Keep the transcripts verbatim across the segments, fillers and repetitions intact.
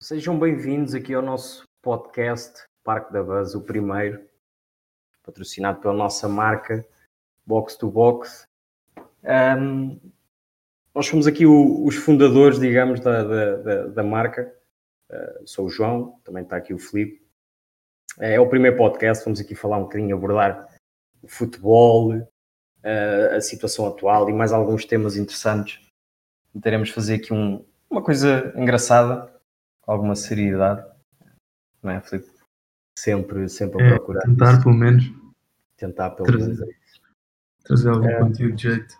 Sejam bem-vindos aqui ao nosso podcast Parque da Buzz, o primeiro, patrocinado pela nossa marca Box to Box. Um, nós somos aqui o, os fundadores, digamos, da, da, da, da marca. Uh, sou o João, também está aqui o Filipe. É o primeiro podcast, vamos aqui falar um bocadinho, abordar o futebol, uh, a situação atual e mais alguns temas interessantes. Tentaremos fazer aqui um, uma coisa engraçada, com alguma seriedade, não é, Filipe? Sempre, sempre a É, procurar tentar isso. pelo menos Tentar pelo trazer, menos é isso. trazer algum É. conteúdo de jeito.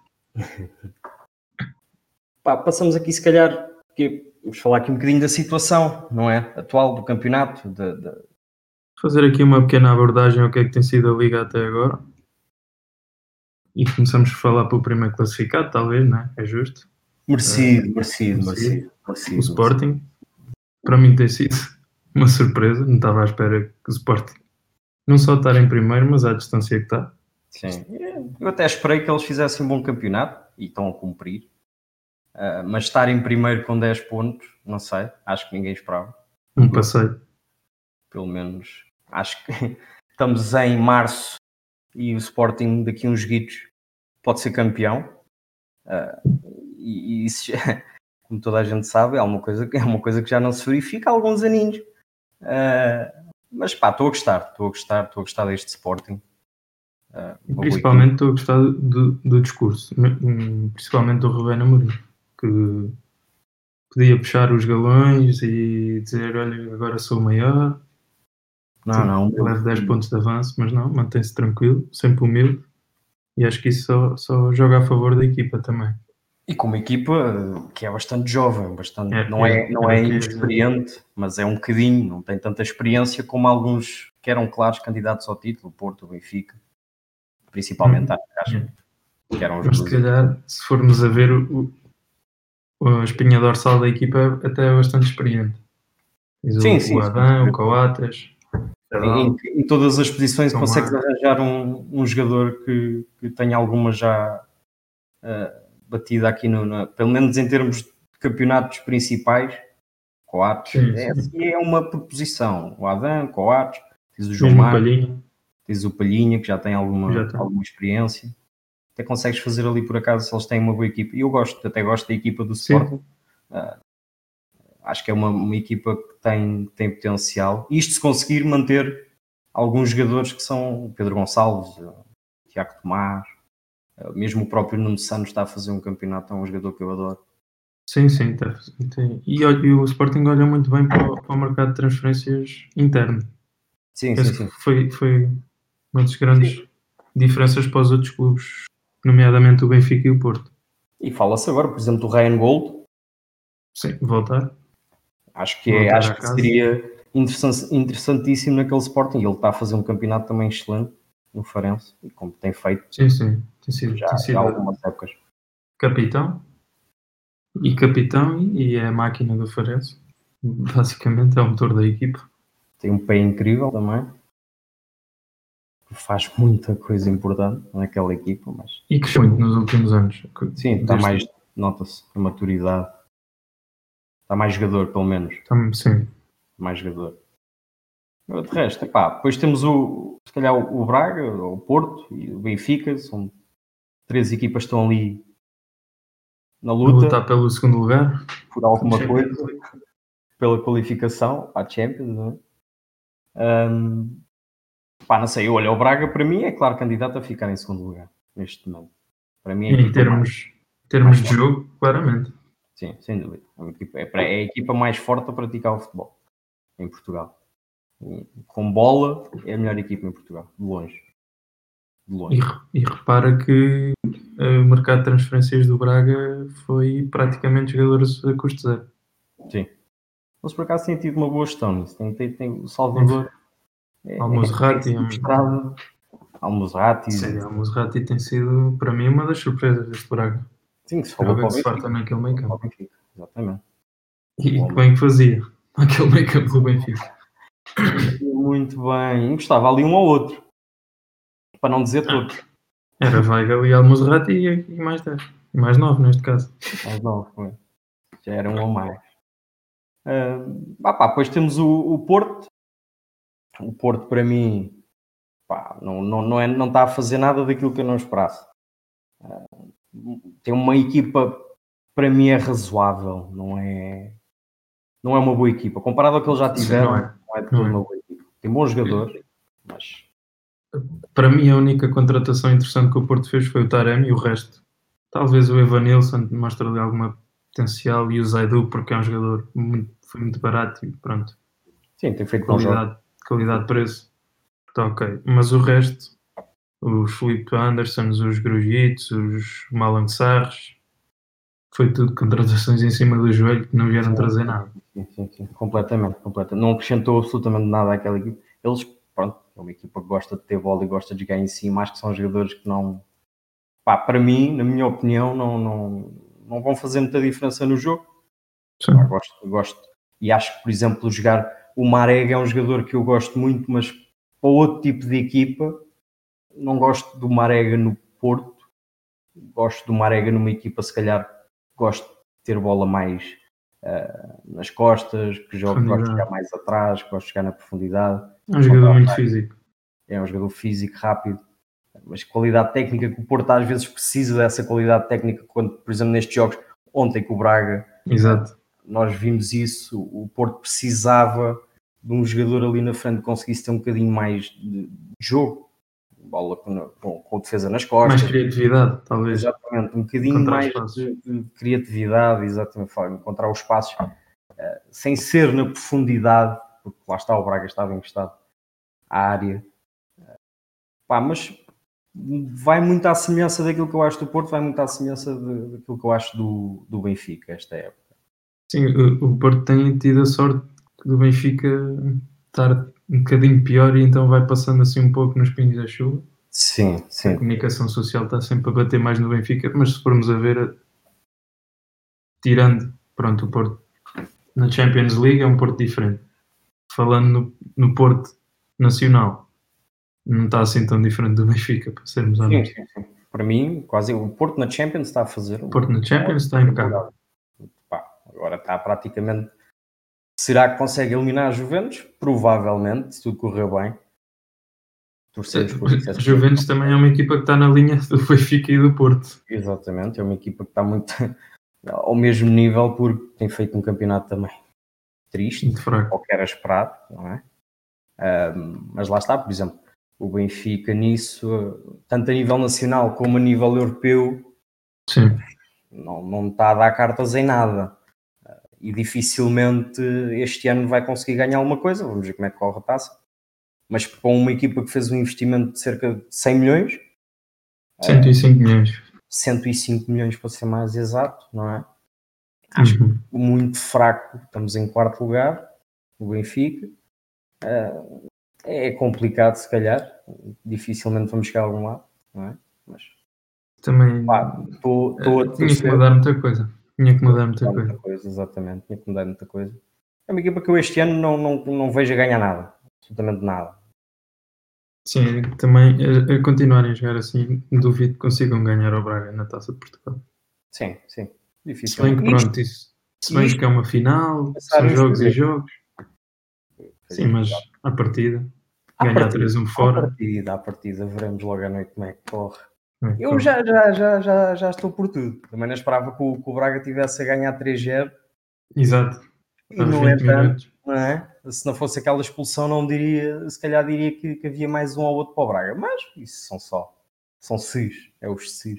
Pá, passamos aqui, se calhar, porque vamos falar aqui um bocadinho da situação, não é? Atual do campeonato. De, de... Fazer aqui uma pequena abordagem ao que é que tem sido a Liga até agora. E começamos por falar pelo primeiro classificado, talvez, não é? É justo. Merecido, É, merecido, merecido, merecido. merecido. O Sporting, para mim, tem sido uma surpresa. Não estava à espera que o Sporting não só estar em primeiro, mas à distância que está. Sim, eu até esperei que eles fizessem um bom campeonato e estão a cumprir. Uh, mas estar em primeiro com dez pontos, não sei, acho que ninguém esperava. Um passeio. Pelo menos, acho que estamos em março e o Sporting daqui a uns guitos pode ser campeão. Uh, e, e isso, como toda a gente sabe, é uma coisa, é uma coisa que já não se verifica há alguns aninhos. Uh, mas pá, estou a gostar, estou a gostar, estou a gostar deste Sporting. Uh, E principalmente estou a gostar do, do discurso, principalmente do Rubén Amorim, que podia puxar os galões e dizer, olha, agora sou o maior. Não, não. Leva dez pontos de avanço, mas não, mantém-se tranquilo, sempre humilde. E acho que isso só, só joga a favor da equipa também. E com uma equipa que é bastante jovem, bastante, É, não é, é, não é é que é, inexperiente, mas é um bocadinho, não tem tanta experiência como alguns que eram claros candidatos ao título, o Porto, o Benfica, principalmente, Hum, acho é. que eram os Mas se calhar, se formos a ver, o, o, a espinha dorsal da equipa até é bastante experiente. Diz sim, o, sim, o sim. Adão, o Coates, Em, em, em todas as posições Tomar. consegues arranjar um, um jogador que, que tenha alguma já uh, batida aqui, no, no, pelo menos em termos de campeonatos principais. Coates, Sim, é, sim. assim, é uma proposição. O Adão, Coates, diz o João Mesmo o Mário, Palhinha. diz o Palhinha, que já tem alguma, Já tem. alguma experiência. Até consegues fazer ali, por acaso, se eles têm uma boa equipa. E eu gosto, até gosto da equipa do Sporting. Uh, acho que é uma, uma equipa que tem, tem potencial. Isto se conseguir manter alguns jogadores que são o Pedro Gonçalves, o Tiago Tomás, uh, mesmo o próprio Nuno Santos está a fazer um campeonato, é um jogador que eu adoro. Sim, sim, tá, tem. E, e o Sporting olha muito bem para o, para o mercado de transferências interno. Sim, Penso sim, sim. que foi, foi uma das grandes sim. diferenças para os outros clubes, nomeadamente o Benfica e o Porto. E fala-se agora, por exemplo, do Ryan Gold. Sim, voltar. Acho que, é, acho que seria interessantíssimo naquele Sporting. Ele está a fazer um campeonato também excelente no Farense, e como tem feito. Sim, sim. Tem sido, já, tem sido já há algumas épocas. Capitão. E capitão e é a máquina do Farense. Basicamente é o motor da equipa. Tem um pé incrível também. Faz muita coisa importante naquela equipa. Mas... E cresceu muito nos últimos anos. Sim, está mais, nota-se a maturidade. Está mais jogador, pelo menos. Sim. Mais jogador. De resto, pá, depois temos o, se calhar o Braga, o Porto e o Benfica. São três equipas que estão ali na luta. Lutar pelo segundo lugar. Por alguma coisa. Pela qualificação à Champions, não é? Um, pá, não sei, olha, o Braga para mim é claro candidato a ficar em segundo lugar neste momento. Para mim é em termos, mais, termos mais de jogo, claramente. Sim, sem dúvida. É, é a equipa mais forte a praticar o futebol em Portugal. Com bola é a melhor equipa em Portugal, de longe. De longe. E, e repara que o mercado de transferências do Braga foi praticamente jogadores a custo zero. Sim. Eles por acaso têm tido uma boa gestão. Tem, tem, tem o Salvador. É, Almozerati. Almozerati. Sim, Almozerati tem sido, para mim, uma das surpresas deste Braga. Sim, que se falou para o Benfica. Naquele meio campo. Exatamente. E que bem que fazia aquele meio campo do Benfica. Muito bem. Gostava ali um ou outro. Para não dizer todos. Era Weigl e Almozerati e mais dez. E mais nove, neste caso. Mais nove, foi. Já era um ou mais. Uh, ah, pá, depois temos o, o Porto. O Porto, para mim, pá, não, não, não, é, não está a fazer nada daquilo que eu não esperasse. Uh, tem uma equipa, para mim, é razoável, não é, não é uma boa equipa. Comparado ao que eles já tiveram, não é, não é de toda uma boa equipa. Tem bons jogadores, mas... Para mim, a única contratação interessante que o Porto fez foi o Taremi e o resto. Talvez o Evanilson mostre ali alguma potencial e o Zaidu, porque é um jogador muito, foi muito barato e pronto. Sim, tem feito qualidade, qualidade preço. Está ok. Mas o resto, os Filipe Anderson, os Grujitos, os Malang Sarres, foi tudo contratações em cima do joelho que não vieram sim, trazer nada. Sim, sim, sim. Completamente, completamente. Não acrescentou absolutamente nada àquela equipe. Eles, pronto, é uma equipa que gosta de ter bola e gosta de jogar em cima. Acho que são jogadores que não... Pá, para mim, na minha opinião, não, não, não vão fazer muita diferença no jogo. Pá, gosto, gosto. E acho que, por exemplo, jogar o Marega é um jogador que eu gosto muito, mas para outro tipo de equipa, não gosto do Marega no Porto. Gosto do Marega numa equipa, se calhar, gosto de ter bola mais uh, nas costas, que jogo, gosto de jogar mais atrás, gosto de jogar na profundidade. É um jogador muito físico. É um jogador físico, rápido, mas qualidade técnica, que o Porto às vezes precisa dessa qualidade técnica, quando, por exemplo, nestes jogos, ontem com o Braga, exato. Nós vimos isso, o Porto precisava de um jogador ali na frente que conseguisse ter um bocadinho mais de jogo, bola com, com, com defesa nas costas. Mais criatividade, talvez. Exatamente, um bocadinho encontrar mais de, de criatividade, exatamente, encontrar os espaços, uh, sem ser na profundidade, porque lá está, o Braga estava encostado à área. Uh, pá, mas vai muito à semelhança daquilo que eu acho do Porto, vai muito à semelhança de, daquilo que eu acho do, do Benfica, esta época. Sim, o, o Porto tem tido a sorte do Benfica estar um bocadinho pior e então vai passando assim um pouco nos pingos da chuva. Sim, sim. A comunicação social está sempre a bater mais no Benfica, mas se formos a ver, tirando, pronto, o Porto na Champions League é um Porto diferente. Falando no, no Porto Nacional, não está assim tão diferente do Benfica, para sermos honestos. Sim, sim, sim. Para mim, quase o Porto na Champions está a fazer. O Porto na Champions está impecável. Pá, agora está praticamente. Será que consegue eliminar a Juventus? Provavelmente, se tudo correr bem. A Juventus também é uma equipa que está na linha do Benfica e do Porto. Exatamente, é uma equipa que está muito ao mesmo nível, porque tem feito um campeonato também triste, muito fraco, ou que era esperado, não é? Um, mas lá está, por exemplo, o Benfica nisso, tanto a nível nacional como a nível europeu, sim, não, não está a dar cartas em nada. E dificilmente este ano vai conseguir ganhar alguma coisa. Vamos ver como é que corre a taça. Mas com uma equipa que fez um investimento de cerca de cem milhões, cento e cinco milhões, cento e cinco milhões para ser mais exato, não é? Acho uhum. muito fraco. Estamos em quarto lugar, o Benfica. Uh, é complicado, se calhar. Dificilmente vamos chegar a algum lado, não é? Mas também pá, tô, tô a tinha que mudar muita coisa. Tinha que mudar muita, muita coisa. coisa. Exatamente, tinha que mudar muita coisa. É uma equipa que eu este ano não, não, não vejo a ganhar nada. Absolutamente nada. Sim, também a, a continuarem a jogar assim, duvido que consigam ganhar ao Braga na Taça de Portugal. Sim, sim. Difícil. Se bem que pronto, isso, se bem que é uma final, são jogos e jogos. Sim, mas à partida, à ganhar três um fora. À partida, à partida, veremos logo à noite como é que corre. É, eu já, já, já, já, já estou por tudo. Também não esperava que o, que o Braga tivesse a ganhar três zero. Exato. E no entanto, não é? Se não fosse aquela expulsão, não diria, se calhar diria que, que havia mais um ou outro para o Braga. Mas isso são só, são cis, é os cis.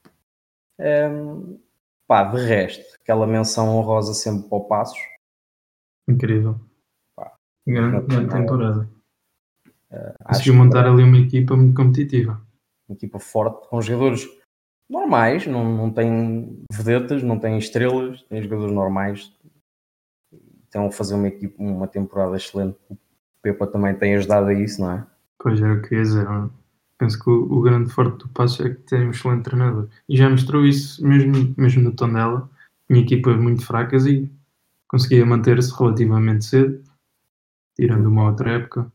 Um, pá, de resto, aquela menção honrosa sempre para o Passos. Incrível. Pá, grande, grande temporada. Uh, Conseguiu montar que, ali uma equipa muito competitiva. Uma equipa forte, com jogadores normais, não, não tem vedetas, não tem estrelas, tem jogadores normais. Estão a fazer uma equipa, uma temporada excelente. O Pepa também tem ajudado a isso, não é? Pois era o que ia dizer. Não? Penso que o, o grande forte do Passos é que tem um excelente treinador. E já mostrou isso mesmo, mesmo no Tondela. Tinha equipas muito fracas e conseguia manter-se relativamente cedo, tirando uma outra época.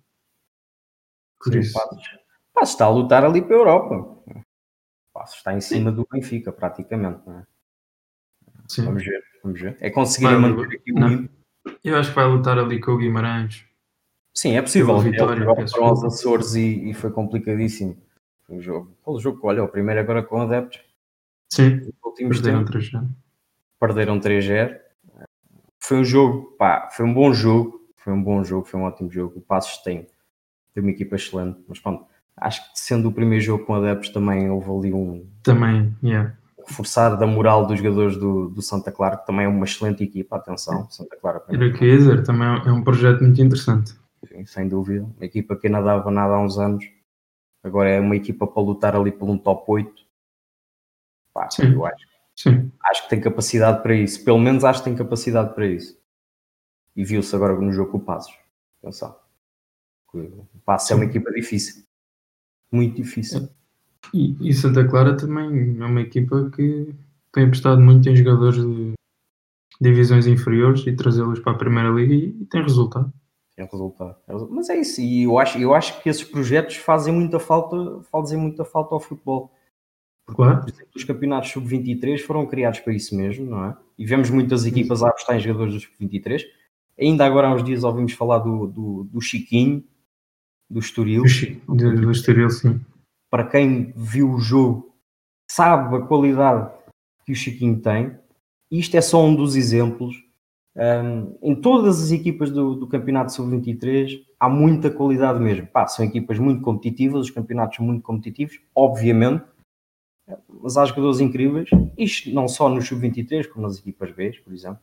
Por Sim, isso. Passos. Passos está a lutar ali para a Europa. Passos está em cima Sim. do Benfica, praticamente, não é? Sim. Vamos ver, vamos ver. É conseguir manter aqui o na, limpo. Eu acho que vai lutar ali com o Guimarães. Sim, é possível. Pelo Eles Vitória, agora peço foram aos desculpa. Açores e, e foi complicadíssimo. Foi um jogo. Aquele jogo, olha, o primeiro agora com adeptos. Sim, Nos últimos perderam tempos, três anos. perderam três a zero. Foi um jogo, pá, foi um bom jogo. Foi um bom jogo, foi um ótimo jogo. O Passos tem, tem uma equipa excelente. Mas pronto, acho que sendo o primeiro jogo com adeptos também houve ali um Também, yeah. reforçar da moral dos jogadores do, do Santa Clara, que também é uma excelente equipa, atenção, Santa Clara Era o que ia dizer, também é um projeto muito interessante. Sim, sem dúvida, uma equipa que ainda dava nada há uns anos, agora é uma equipa para lutar ali por um top oito. Pá, Sim, eu acho, sim. acho que tem capacidade para isso, pelo menos acho que tem capacidade para isso, e viu-se agora no jogo com o Passos, atenção, o Passos é uma Sim. equipa difícil, muito difícil. E, e Santa Clara também é uma equipa que tem apostado muito em jogadores de divisões inferiores e trazê-los para a Primeira Liga e, e tem resultado. Tem resultado. Mas é isso, e eu acho, eu acho que esses projetos fazem muita falta, fazem muita falta ao futebol. Porque, Claro. por exemplo, os campeonatos sub vinte e três foram criados para isso mesmo, não é? E vemos muitas equipas a apostar em jogadores do sub vinte e três. Ainda agora há uns dias ouvimos falar do, do, do Chiquinho, do Estoril. Do, do Estoril, sim. Para quem viu o jogo, sabe a qualidade que o Chiquinho tem. Isto é só um dos exemplos. Um, em todas as equipas do, do campeonato sub vinte e três há muita qualidade mesmo. Pá, são equipas muito competitivas, os campeonatos muito competitivos, obviamente, mas há jogadores incríveis, isto não só no sub vinte e três, como nas equipas B, por exemplo.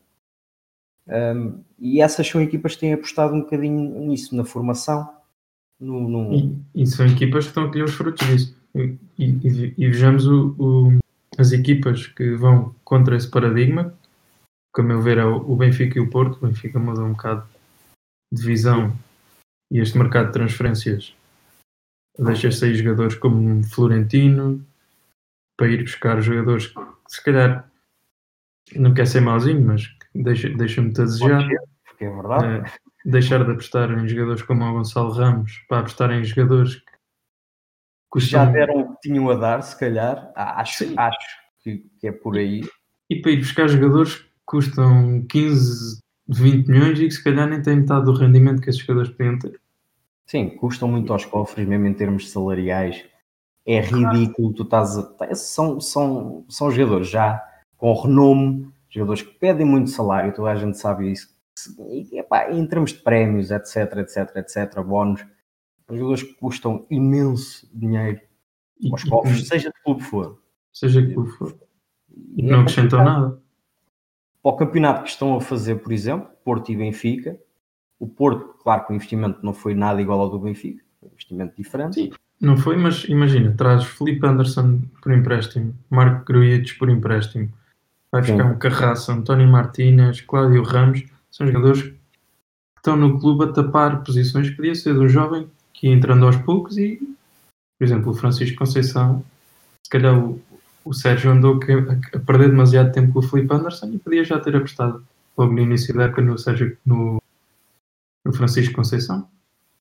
Um, e essas são equipas que têm apostado um bocadinho nisso, na formação. No, no... E, e são equipas que estão a colher os frutos disso. E, e, e vejamos o, o, as equipas que vão contra esse paradigma, que a meu ver é o, o Benfica e o Porto. O Benfica mudou um bocado de visão e este mercado de transferências deixa sair jogadores como Florentino para ir buscar jogadores que se calhar não quer ser mauzinho, mas deixa, deixa-me a desejar. Porque é verdade. Uh, deixar de apostar em jogadores como o Gonçalo Ramos para apostar em jogadores que custam... já deram o que tinham a dar, se calhar. Acho, acho que, que é por aí. E, e para ir buscar jogadores que custam quinze, vinte milhões e que se calhar nem têm metade do rendimento que esses jogadores podiam ter. Sim, custam muito aos cofres, mesmo em termos salariais. É ridículo, tu estás a... São, são, são jogadores já com renome, jogadores que pedem muito salário, toda a gente sabe isso. E, epá, em termos de prémios, etc, etc, etc, bónus, jogadores que custam imenso dinheiro E, aos e, cofres, seja de clube for. Seja que clube for. E E não é acrescentam nada. Para o campeonato que estão a fazer, por exemplo, Porto e Benfica, o Porto, claro que o investimento não foi nada igual ao do Benfica, foi um investimento diferente. Sim, não foi, mas imagina, traz Felipe Anderson por empréstimo, Marco Gruites por empréstimo, vai buscar Sim. um Carraça, António Martínez, Cláudio Ramos, são jogadores que estão no clube a tapar posições que podia ser de um jovem que ia entrando aos poucos e, por exemplo, o Francisco Conceição, se calhar o, o Sérgio andou a, a perder demasiado tempo com o Felipe Anderson e podia já ter apostado logo no início da época no, Sérgio, no, no Francisco Conceição.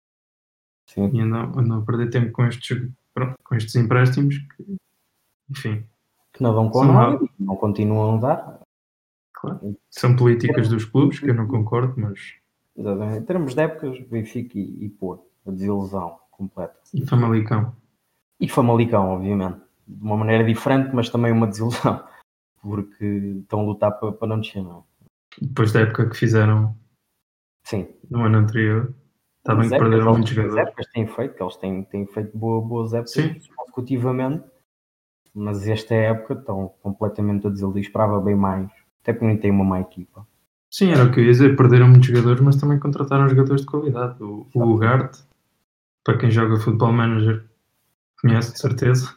Sim. E andam, andam a perder tempo com estes, pronto, com estes empréstimos que, enfim, que não dão com nada, não continuam a dar. Claro. São políticas dos clubes que eu não concordo, mas... Em termos de épocas, Benfica e, e Porto, a desilusão completa. E Famalicão. E Famalicão, obviamente. De uma maneira diferente, mas também uma desilusão. Porque estão a lutar para, para não descer, não é? Depois da época que fizeram Sim. no ano anterior, está bem que perderam muitos jogadores. As épocas têm feito, que eles têm, têm feito boas, boas épocas Sim. consecutivamente, mas esta época estão completamente a desiludir. Esperava bem mais, até porque nem tem uma má equipa. Sim, era o que eu ia dizer, perderam muitos jogadores, mas também contrataram jogadores de qualidade. O, o Ugarte, para quem joga Football Manager, conhece de certeza.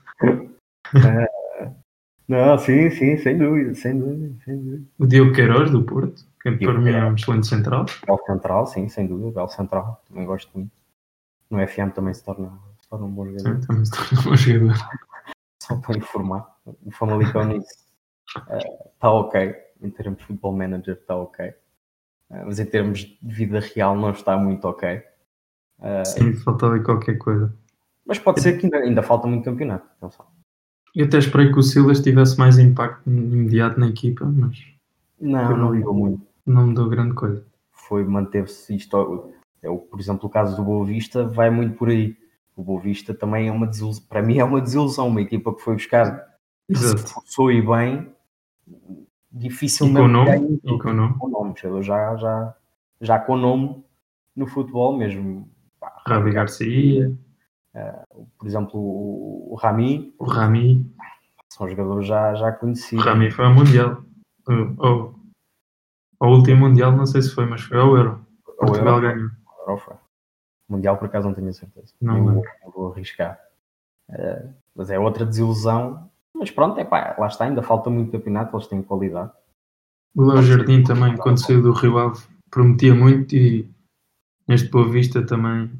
É. Não, sim, sim, sem dúvida, sem dúvida, sem dúvida. O Diogo Queiroz, do Porto, que para mim é um excelente central. Belo central, sim, sem dúvida, belo central, também gosto muito. No F M também se torna, se torna um bom jogador. Sim, também se torna um bom jogador. Só para informar, o Famalicão nisso está uh, ok, em termos de Football Manager está ok, uh, mas em termos de vida real não está muito ok. Uh, sim, falta ali qualquer coisa. Mas pode ser que ainda, ainda falta muito campeonato, atenção. Eu até esperei que o Silas tivesse mais impacto imediato na equipa, mas... Não, não me deu muito. Não me deu grande coisa. foi, manteve-se isto. É, o, por exemplo, o caso do Boa Vista vai muito por aí. O Boa Vista também é uma desilusão, para mim é uma desilusão, uma equipa que foi buscar, que se Exato. reforçou e bem, E com dificilmente nome, ganha e com nome. com nome, jogador já, já, já com nome no futebol mesmo. Pá, Rabi Garcia, por exemplo, o, o Rami, o Rami. são jogadores já, já O conhecidos. Rami foi ao Mundial. O- Ao, ao último Mundial, não sei se foi, mas foi ao Euro. Ou Portugal Euro, ganhou. Euro foi. Mundial, por acaso, não tenho a certeza. Não Nem vou, lembro. nem vou arriscar. Uh, mas é outra desilusão. Mas pronto, é pá, lá está, ainda falta muito campeonato, eles têm qualidade. O Léo Jardim também, quando saiu do Rio Ave, prometia muito e neste Boa Vista também.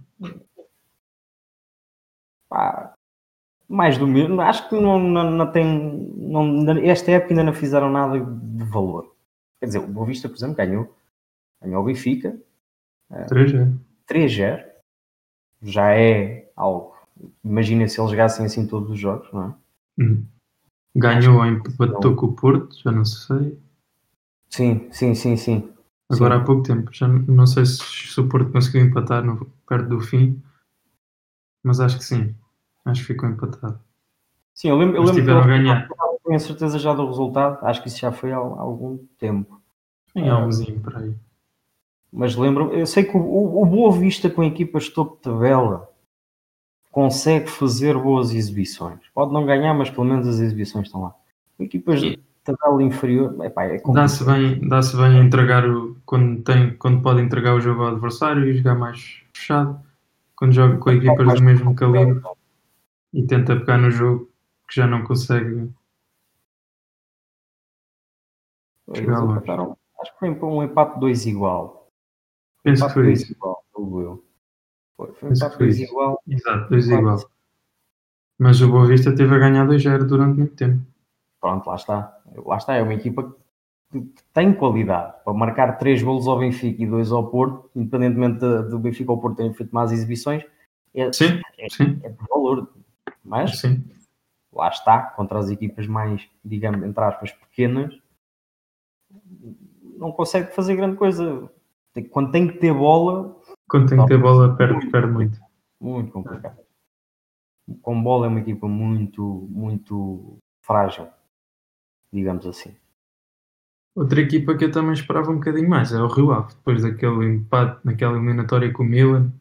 Pá, mais do mesmo. Acho que não, não, não tem. Não, esta época ainda não fizeram nada de valor. Quer dizer, o Boa Vista, por exemplo, ganhou. Ganhou o Benfica. três é. três a zero. Já é algo. Imagina se eles jogassem assim todos os jogos, não é? Hum. Ganhou, empatou com o Porto, já não sei. Sim, sim, sim, sim. Agora sim. há pouco tempo. Já não sei se, se o Porto conseguiu empatar no, perto do fim, mas acho que sim. Acho que ficou empatado. Sim, eu lembro, eu Mas lembro que tiveram a ganhar. eu tenho a certeza já do resultado. Acho que isso já foi há, há algum tempo. Sim, há um mesinho por aí. Mas lembro, eu sei que o, o, o Boa Vista com equipas de topo de tabela consegue fazer boas exibições. Pode não ganhar, mas pelo menos as exibições estão lá. Equipas de tabela inferior, epá, é Dá-se complicado. bem, dá-se bem a entregar o, quando, tem, quando pode entregar o jogo ao adversário e jogar mais fechado. Quando joga com equipas do mesmo calibre e tenta pegar no jogo que já não consegue Eles chegar longe. empataram, acho que foi um empate dois igual. Um Penso que empate foi dois isso. igual, julgo eu. Foi, foi um Penso que empate foi dois isso. igual. Exato, dois Quase. igual. Mas o Boa Vista teve a ganhar dois a zero durante muito tempo. Pronto, lá está. Lá está, é uma equipa que tem qualidade para marcar três golos ao Benfica e dois ao Porto, independentemente do Benfica ou Porto terem feito más exibições, é, Sim, é, sim, é de valor. Mas sim. lá está, contra as equipas mais, digamos, entre aspas, pequenas, não consegue fazer grande coisa. Quando tem que ter bola, Quando tem que ter bola, perde, perde muito. muito complicado. Com bola é uma equipa muito, muito frágil, digamos assim. Outra equipa que eu também esperava um bocadinho mais é o Rio Ave, depois daquele empate naquela eliminatória com o Milan.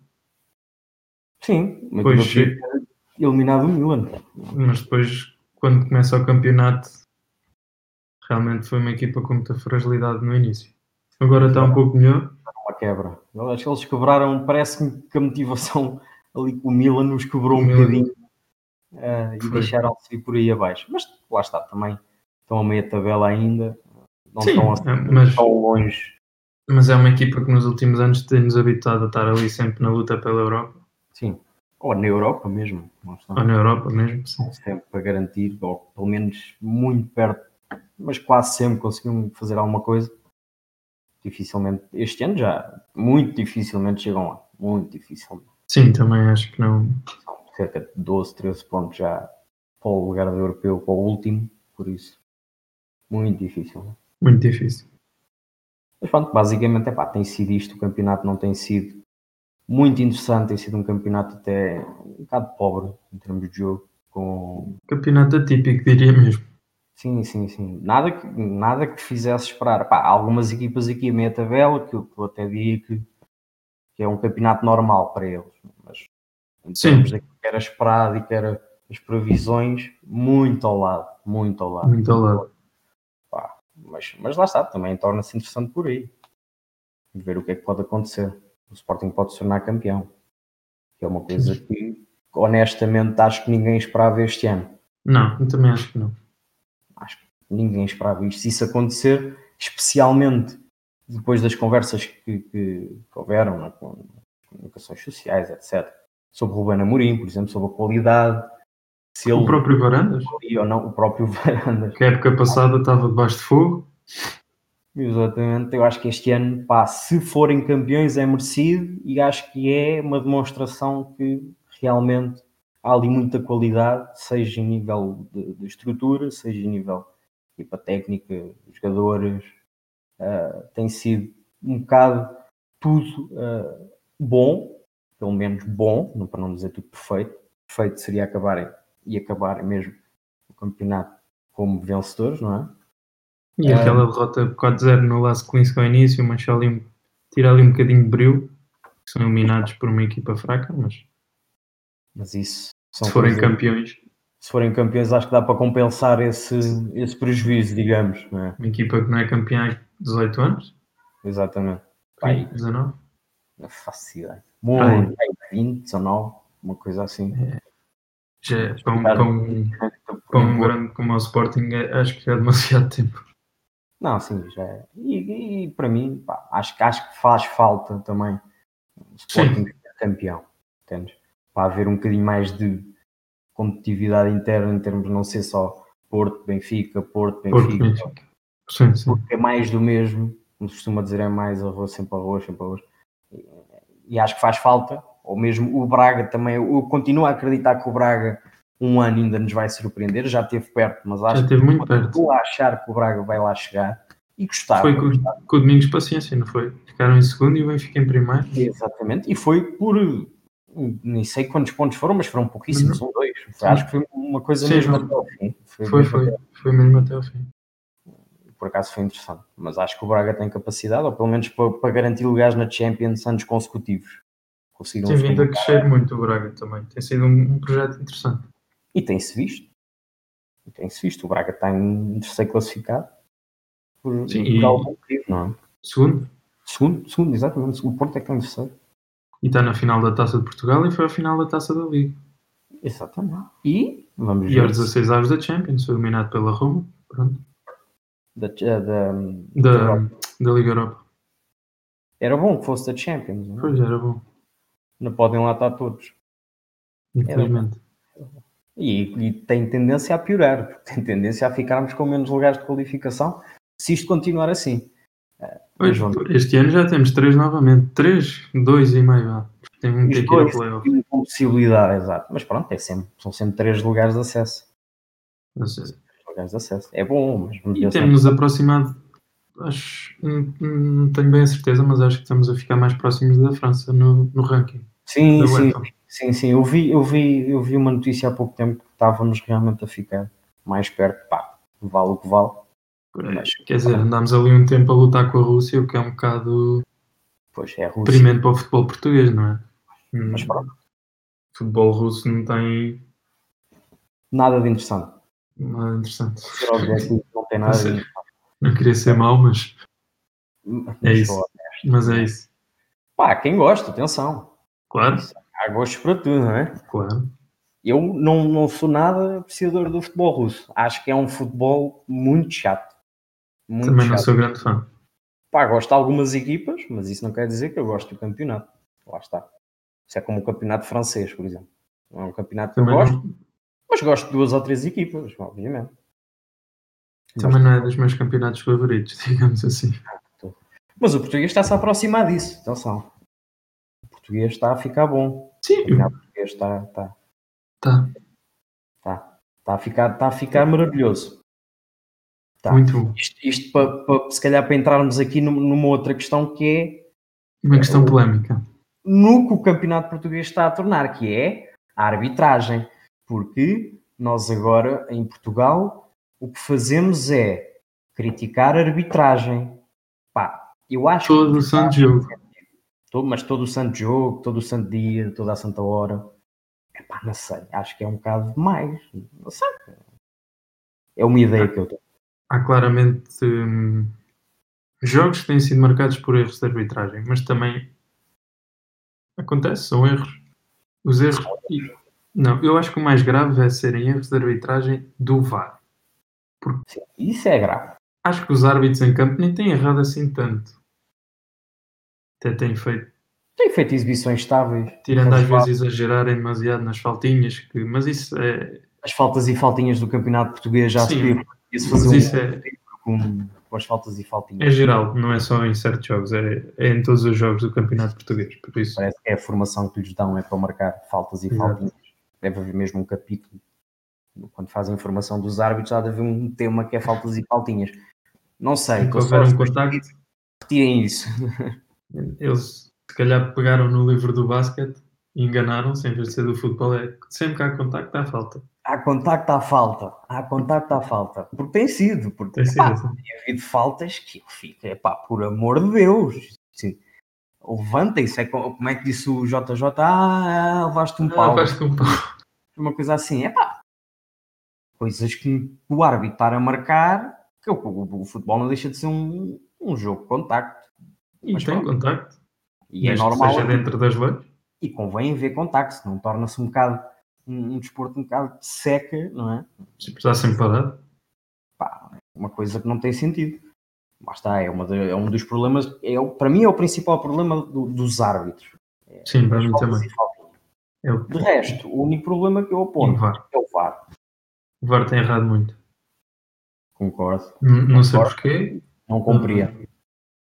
Sim, uma Depois, equipa podia ter eliminado o Milan. mas depois, quando começa o campeonato, realmente foi uma equipa com muita fragilidade no início. Agora está um pouco melhor. Uma quebra. Eu acho que eles quebraram, parece-me que a motivação ali com o Milan nos quebrou O um Milan bocadinho uh, e foi. deixaram-se ir por aí abaixo. Mas lá está, também estão a meia tabela ainda, não Sim, estão assim, mas, tão longe. mas é uma equipa que nos últimos anos tem-nos habituado a estar ali sempre na luta pela Europa. Sim, ou na Europa mesmo, não Ou estão, na Europa mesmo, sim. estão sempre para garantir, ou pelo menos muito perto, mas quase sempre conseguiram fazer alguma coisa. Dificilmente, este ano já, muito dificilmente chegam lá, muito dificilmente. Sim, também acho que não. São cerca de doze, treze pontos já para o lugar do europeu, para o último, por isso, muito difícil. Muito difícil. Mas pronto, basicamente, epá, tem sido isto, o campeonato não tem sido muito interessante, tem sido um campeonato até um bocado pobre em termos de jogo, com... Campeonato atípico, diria mesmo. Sim, sim, sim. Nada que, nada que fizesse esperar. Pá, há algumas equipas aqui a meia tabela que eu, que eu até diria que, que é um campeonato normal para eles, mas em termos Sim, daquilo que era esperado e que era as previsões, muito ao lado, muito ao lado. muito ao lado. Pá, mas, mas lá está, também torna-se interessante por aí. Ver o que é que pode acontecer. O Sporting pode se tornar campeão. Que é uma coisa que, honestamente, acho que ninguém esperava este ano. Não, eu também acho que não. Acho que ninguém esperava isto. Se isso acontecer, especialmente depois das conversas que, que, que houveram né, com comunicações sociais, etcétera, sobre o Ruben Amorim, por exemplo, sobre a qualidade, se O ele próprio Varandas, ou não, o próprio Varandas. que a época passada estava debaixo de fogo. Exatamente, eu acho que este ano, pá, se forem campeões é merecido e acho que é uma demonstração que realmente há ali muita qualidade, seja em nível de, de estrutura, seja em nível de equipa técnica, jogadores, uh, tem sido um bocado tudo uh, bom, pelo menos bom, não, para não dizer tudo perfeito. Perfeito seria acabarem e acabarem mesmo o campeonato como vencedores, não é? E aquela derrota quatro zero no Las Clinsk ao início, mancha ali um, tira ali um bocadinho de brilho, que são eliminados por uma equipa fraca, mas, mas isso são se forem coisas, campeões, se forem campeões, acho que dá para compensar esse, esse prejuízo, digamos, não é? uma equipa que não é campeã há dezoito anos, Exatamente. okay, Pai, dezanove, não faço ideia. Pai. Muito, pai, vinte, dezanove, uma coisa assim. É, já é, para, um, para, um, para um grande como o Sporting, é, acho que é demasiado tempo. Não, sim, já é. E, e para mim, pá, acho, acho que faz falta também o Sporting ser campeão, entendes? Para haver um bocadinho mais de competitividade interna em termos de não ser só Porto, Benfica, Porto, Benfica. Porto, Benfica. Sim, sim. Porque é mais do mesmo, como se costuma dizer, é mais arroz, sempre arroz, sempre arroz. E, e acho que faz falta, ou mesmo o Braga também, eu continuo a acreditar que o Braga um ano ainda nos vai surpreender, já esteve perto, mas acho já esteve muito que perto. estou a achar que o Braga vai lá chegar e gostava. Foi com, com o Domingos Paciência, não foi? Ficaram em segundo e o Benfica em primeiro. Exatamente, e foi por, nem sei quantos pontos foram, mas foram pouquíssimos, são dois. Foi, acho que foi uma coisa Sim, mesmo foi, até ao fim. Foi, foi, foi, foi mesmo até ao fim. Por acaso foi interessante, mas acho que o Braga tem capacidade, ou pelo menos para, para garantir lugares na Champions anos consecutivos. Tem vindo a crescer muito o Braga também, tem sido um, um projeto interessante. E tem-se visto. E tem-se visto. O Braga está em terceiro classificado por, Sim, por algum motivo, não é? Segundo? Segundo, segundo, exatamente. O Porto é que está em terceiro. E está na final da Taça de Portugal e foi a final da Taça da Liga. Exatamente. E vamos e ver. E aos dezasseis avos da Champions, foi eliminado pela Roma. Pronto. Da, da, da, da, da Liga Europa. Era bom que fosse da Champions, não é? Pois, era bom. Não podem lá estar todos. Infelizmente. E, e tem tendência a piorar, porque tem tendência a ficarmos com menos lugares de qualificação se isto continuar assim. Pois, este ano já temos três novamente. Três, dois e meio. Tem um que ir ao playoff. Com possibilidade, exato. Mas pronto, é sempre, são sempre três lugares de acesso. Três lugares de acesso. É bom, mas vamos E temos-nos aproximado, acho, não, não tenho bem a certeza, mas acho que estamos a ficar mais próximos da França no, no ranking. Sim, sim, sim, sim. Eu vi, eu, vi, eu vi uma notícia há pouco tempo que estávamos realmente a ficar mais perto. Pá, vale o que vale. Mas, quer dizer, andámos ali um tempo a lutar com a Rússia, o que é um bocado pois é, deprimente para o futebol português, não é? Mas pronto. O futebol russo não tem nada de interessante. Nada interessante. Não tem nada de interessante. Não queria ser mau, mas é isso. Mas é isso. Pá, quem gosta, atenção. Claro. Há gostos para tudo, não é? Claro. Eu não, não sou nada apreciador do futebol russo. Acho que é um futebol muito chato. Muito Também chato. não sou grande fã. Pá, gosto de algumas equipas, mas isso não quer dizer que eu gosto do campeonato. Lá está. Isso é como o campeonato francês, por exemplo. Não é um campeonato que Também eu gosto, não... mas gosto de duas ou três equipas, obviamente. Também gosto. Não é dos meus campeonatos favoritos, digamos assim. Mas o português está-se a aproximar disso. Atenção. O português está a ficar bom. Sim. O campeonato português está... Está. Tá. Está. Está a ficar, está a ficar maravilhoso. Tá. Muito bom. Isto, isto para, para, se calhar para entrarmos aqui numa outra questão que é... Uma questão é, polémica. No que o campeonato português está a tornar, que é a arbitragem. Porque nós agora, em Portugal, o que fazemos é criticar a arbitragem. Pá, eu acho todo que... o santo jogo. Todo, mas todo o santo jogo, todo o santo dia, toda a santa hora. Epá, não sei, acho que é um bocado demais. Não sei. É uma ideia que eu tenho. Há claramente hum, jogos que têm sido marcados por erros de arbitragem, mas também acontece, são erros. Os erros... Não, eu acho que o mais grave é serem erros de arbitragem do V A R. Porque sim, isso é grave. Acho que os árbitros em campo nem têm errado assim tanto. Até têm feito... Tem feito exibições estáveis. Tirando às vezes exagerarem demasiado nas faltinhas, que... mas isso é... As faltas e faltinhas do campeonato português já Sim, se fazer um isso é... com, com as faltas e faltinhas. É geral, não é só em certos jogos, é, é em todos os jogos do campeonato português. Por isso... Parece que é a formação que lhes dão é para marcar faltas e Exato. faltinhas. Deve haver mesmo um capítulo. Quando fazem a formação dos árbitros, há de haver um tema que é faltas e faltinhas. Não sei. Se houver um contacto... Retirem isso. Eles se calhar pegaram no livro do basquete e enganaram-se, em vez de ser do futebol, é que sempre que há contacto há falta. Há contacto à falta, há contacto à falta. Porque tem sido, porque Tem sido epá, assim. tem havido faltas que eu fico, epá, por amor de Deus, sim, levantem-se. É co- como é que disse o J J? Ah, levaste um Ah, pau. vais com um pau. Uma coisa assim, epá, coisas que o árbitro estar a marcar, que o, o- o futebol não deixa de ser um, um jogo de contacto. E Mas tem pronto, contacto, e é desde que normal seja dentro das leis. e convém haver contacto, senão torna-se um bocado um, um desporto um bocado de seca, não é? Se está sempre parado. Pá, uma coisa que não tem sentido. Lá está, é, uma de- é um dos problemas, é, o- para mim é o principal problema do- dos árbitros. Sim, para As mim faltas também. e faltas. É o, De resto, o único problema que eu e o aponto V A R. é o V A R. O V A R tem errado muito. Concordo, Não, não sei concordo, porquê. não Ah, compreendo.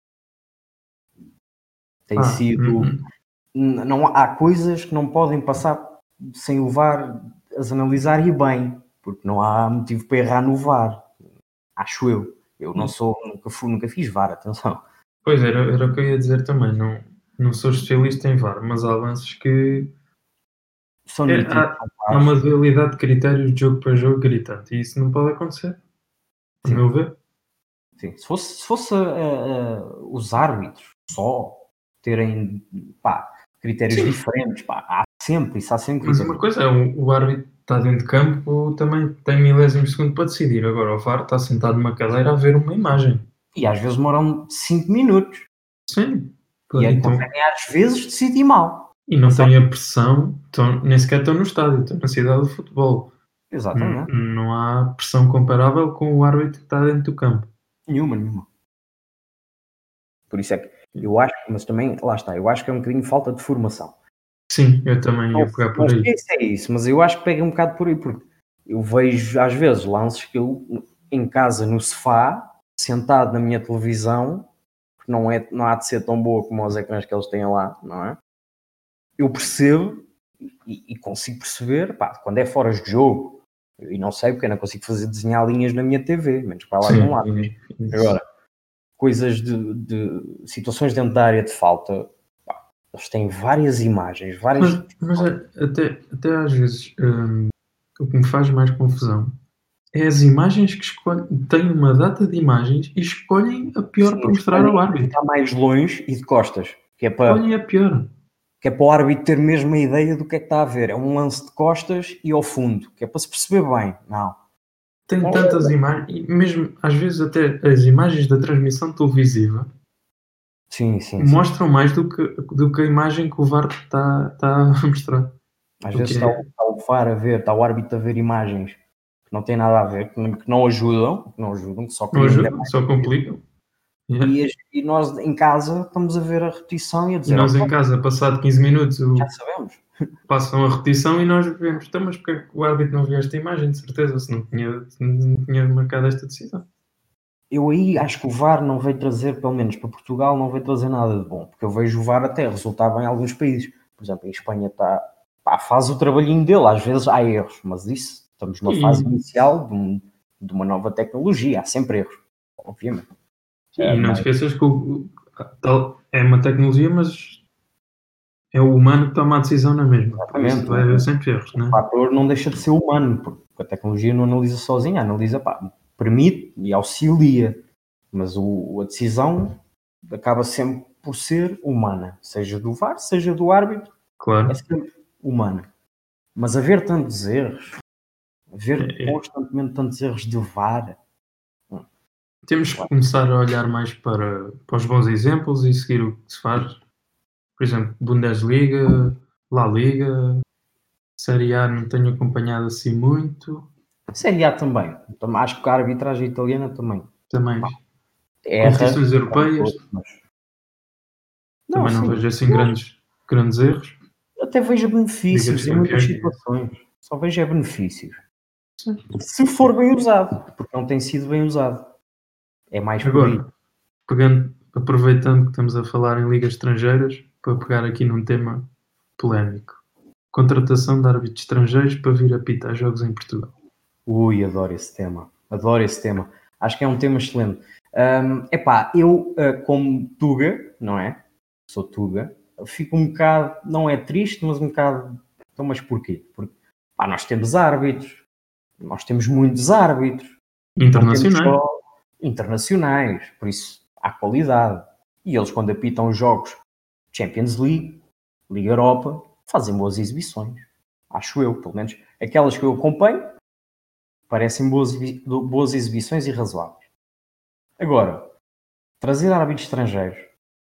Tem pá, hum, sido. hum. n- Não, há coisas que não podem passar sem o V A R as analisar e bem, porque não há motivo para errar no V A R. Acho eu. Eu não sou, nunca, fui, nunca fiz V A R, atenção. Pois era, era o que eu ia dizer também. Não, não sou especialista em V A R, mas há lances que São é, nítidos, há, são há claros. uma dualidade de critérios de jogo para jogo gritante e isso não pode acontecer, a Sim, meu ver. sim. Se fosse, se fosse uh, uh, os árbitros só terem pá, critérios Sim, diferentes, pá, há sempre, isso há sempre mas uma critérios. coisa é o, o árbitro está dentro de campo, também tem milésimos de segundo para decidir. Agora o V A R está sentado numa cadeira a ver uma imagem. E às vezes demoram cinco minutos. Sim, E aí então, conseguem às vezes decidir mal. e não Passar. tem a pressão, então, nem sequer estão no estádio, estão na cidade de futebol. N- Exatamente. não há pressão comparável com o árbitro que está dentro do campo. Nenhuma, nenhuma. Por isso é que eu acho, mas também, lá está, eu acho que é um bocadinho falta de formação. Sim, eu também Não, ia pegar não por aí. sei se é isso, mas eu acho que pega um bocado por aí, porque eu vejo às vezes lances que eu, em casa, no sofá, sentado na minha televisão, que não, é, não há de ser tão boa como os ecrãs que eles têm lá, não é? Eu percebo e, e consigo perceber, pá, quando é fora de jogo, e não sei porque eu não consigo fazer desenhar linhas na minha T V, menos que vá lá com Sim, lá. e- isso. Agora, coisas de, de situações dentro da área de falta, pá, eles têm várias imagens, várias. Mas, mas é- até, até às vezes hum, o que me faz mais confusão é as imagens que escolhem. Têm uma data de imagens e escolhem a pior Sim, para mostrar escolhem ao a que árbitro. está mais longe e de costas, que é Escolhem para, a pior. que é para o árbitro ter mesmo a ideia do que é que está a ver. É um lance de costas e ao fundo, que é para se perceber bem. Não. Tem Não, tantas imagens, e mesmo às vezes até as imagens da transmissão televisiva sim, sim, sim. mostram mais do que, do que a imagem que o V A R está, está a mostrar. Às O vezes que está, o- é. está o V A R a ver, está o árbitro a ver imagens que não têm nada a ver, que não, que não ajudam, que não ajudam, que só Não criam ainda ajuda, mais. só complicam. Yeah. E, as- e nós em casa estamos a ver a repetição e a E dizer, nós ok, em casa, passado quinze minutos, já o- sabemos. passam a repetição e nós vemos, então, mas porque é que o árbitro não viu esta imagem, de certeza, se não tinha, se não tinha marcado esta decisão. Eu aí acho que o V A R não veio trazer, pelo menos para Portugal, não veio trazer nada de bom, porque eu vejo o V A R até resultar bem em alguns países. Por exemplo, em Espanha está, pá, faz o trabalhinho dele, às vezes há erros, mas isso, estamos numa fase E, inicial de, um- de uma nova tecnologia, há sempre erros, obviamente. É, e não te mas, esqueças que o- o- tal, é uma tecnologia, mas é o humano que toma a decisão na mesma, por isso exatamente, vai o, haver sempre erros, o né? fator não deixa de ser humano, porque a tecnologia não analisa sozinha, analisa, pá, permite e auxilia, mas o, a decisão acaba sempre por ser humana, seja do V A R, seja do árbitro, é Claro. sempre humana. Mas haver tantos erros, haver É- é- constantemente tantos erros de V A R, hum, temos que começar a olhar mais para, para os bons exemplos e seguir o que se faz. Por exemplo, Bundesliga, La Liga, Série A não tenho acompanhado assim muito. Série A também. Também acho que a arbitragem italiana também Também erra, competições como europeias, todos, mas não, também não sim. vejo assim Eu acho- grandes, grandes erros. até vejo Liga dos benefícios em muitas Campeões, diga-se. situações. Só vejo é benefícios. Sim. Se for bem usado, porque não tem sido bem usado. É mais por aí. Agora, pegando, aproveitando que estamos a falar em ligas estrangeiras, para pegar aqui num tema polémico. Contratação de árbitros estrangeiros para vir apitar jogos em Portugal. Ui, adoro esse tema. Adoro esse tema. Acho que é um tema excelente. Hum, epá, eu, uh, como Tuga, não é? sou Tuga, fico um bocado, não é triste, mas um bocado, então, mas porquê? Porque pá, nós temos árbitros, nós temos muitos árbitros, não temos Internacionais. só internacionais, por isso há qualidade. E eles, quando apitam os jogos Champions League, Liga Europa, fazem boas exibições. Acho eu, pelo menos aquelas que eu acompanho, parecem boas, boas exibições e razoáveis. Agora, trazer árbitros estrangeiros,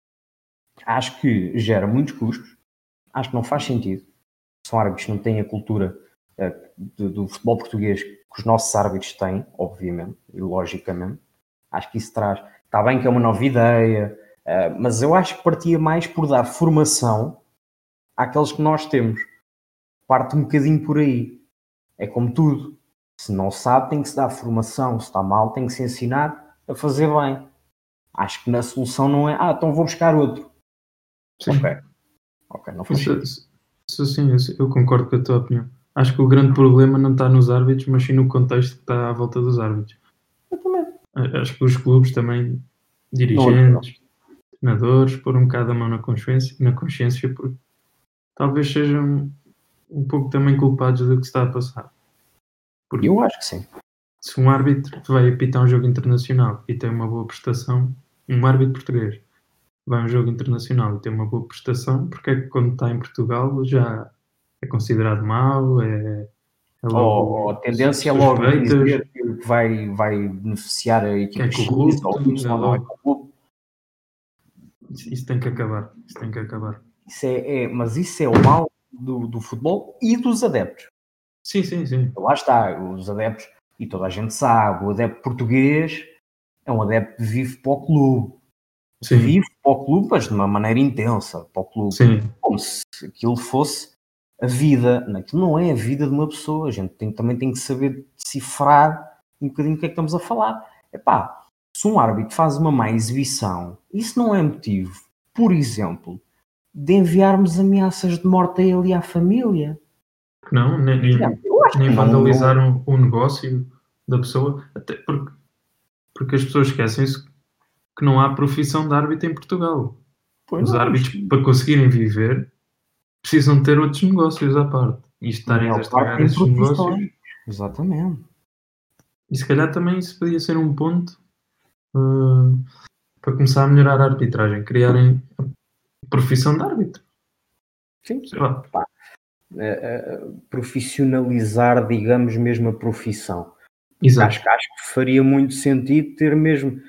acho que gera muitos custos, acho que não faz sentido. São árbitros que não têm a cultura uh, do, do futebol português que os nossos árbitros têm, obviamente, e logicamente. Acho que isso traz... Está bem que é uma nova ideia, uh, mas eu acho que partia mais por dar formação àqueles que nós temos. Parte um bocadinho por aí. É como tudo. Se não sabe, tem que se dar formação. Se está mal, tem que se ensinar a fazer bem. Acho que na solução não é, ah, então vou buscar outro. Sim. Ok. Ok, não faz sentido. Isso, isso, sim, isso, eu concordo com a tua opinião. Acho que o grande problema não está nos árbitros, mas sim no contexto que está à volta dos árbitros. Eu também. Acho que os clubes também, Não, dirigentes, treinadores, pôr um bocado a mão na consciência, na consciência porque talvez sejam um pouco também culpados do que se está a passar. Porque eu acho que sim. se um árbitro vai apitar um jogo internacional e tem uma boa prestação, um árbitro português vai a um jogo internacional e tem uma boa prestação, porque é que quando está em Portugal já é considerado mau, é, é Ou, logo ou a tendência é logo suspeitas, dizer que vai, vai beneficiar a que equipa é X corrupto, ou é Y, não é logo. corrupto. Isso, isso tem que acabar, isso tem que acabar. Isso é, é, mas isso é o mal do, do futebol e dos adeptos. Sim, sim, sim. Lá está, os adeptos, e toda a gente sabe, o adepto português é um adepto que vive para o clube. Sim, Vive para o clube, mas de uma maneira intensa, para o clube. sim. Como se aquilo fosse a vida. Aquilo não é a vida de uma pessoa. A gente tem, também tem que saber decifrar um bocadinho do que é que estamos a falar. Epá, se um árbitro faz uma má exibição, isso não é motivo, por exemplo, de enviarmos ameaças de morte a ele e à família. Não, nem, nem, Eu acho que nem não, vandalizar não. o, o negócio da pessoa, até porque, porque as pessoas esquecem-se que não há profissão de árbitro em Portugal. Pois Os não, árbitros, isto para conseguirem viver, precisam ter outros negócios à parte. E a estarem a maior parte estragar tem esses negócios. profissões. Exatamente. E se calhar também isso podia ser um ponto uh, para começar a melhorar a arbitragem, criarem a profissão de árbitro. Sim. Sei lá. Pá, uh, uh, profissionalizar, digamos, mesmo a profissão. Exato. Acho, acho que faria muito sentido ter mesmo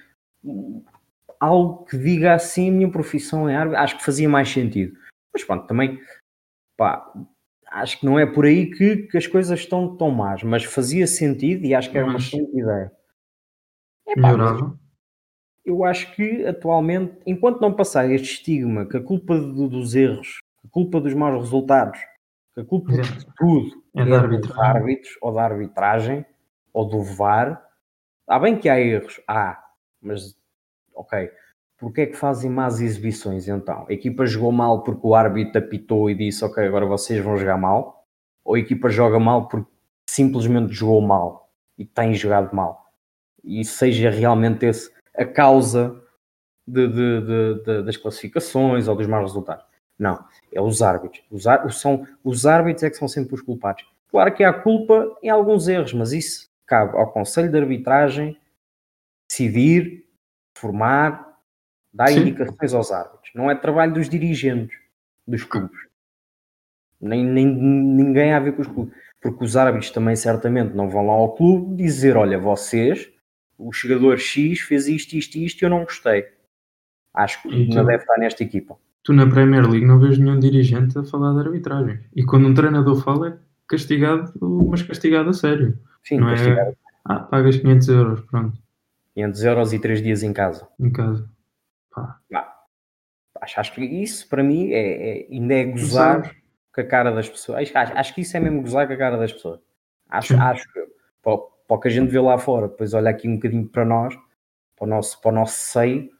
algo que diga assim, minha profissão é árbitro. Acho que fazia mais sentido. Mas pronto, também, pá, acho que não é por aí que, que as coisas estão tão más, mas fazia sentido e acho que era uma Mas excelente ideia. Epá, mas melhorava. eu acho que atualmente, enquanto não passar este estigma que a culpa do- dos erros, a culpa dos maus resultados, que a culpa de Exato. tudo É é da dos arbitragem. árbitros ou da arbitragem ou do V A R, há bem que há erros, há, mas ok, porque é que fazem más exibições então? A equipa jogou mal porque o árbitro apitou e disse ok, agora vocês vão jogar mal? Ou a equipa joga mal porque simplesmente jogou mal e tem jogado mal? E seja realmente esse a causa de, de, de, de, das classificações ou dos maus resultados. Não, é os árbitros. Os, são, os árbitros é que são sempre os culpados. Claro que há culpa em alguns erros, mas isso cabe ao Conselho de Arbitragem decidir, formar, dar Sim. indicações aos árbitros. Não é trabalho dos dirigentes dos clubes. Nem, nem ninguém a ver com os clubes. Porque os árbitros também certamente não vão lá ao clube dizer, olha, vocês, o jogador X fez isto, isto e isto e eu não gostei. Acho que E não tu, deve estar nesta equipa. tu na Premier League não vês nenhum dirigente a falar de arbitragem. E quando um treinador fala é castigado, mas castigado a sério. Sim, Não castigar é, ah, pagas quinhentos euros, pronto, quinhentos euros e três dias em casa. em casa. Pá, Não. Acho, acho que isso para mim é, é, ainda é não gozar sabes? com a cara das pessoas. Acho, acho, acho que isso é mesmo gozar com a cara das pessoas. Acho, Sim. acho que para, para o que a gente vê lá fora, depois olha aqui um bocadinho para nós, para o nosso, para o nosso seio,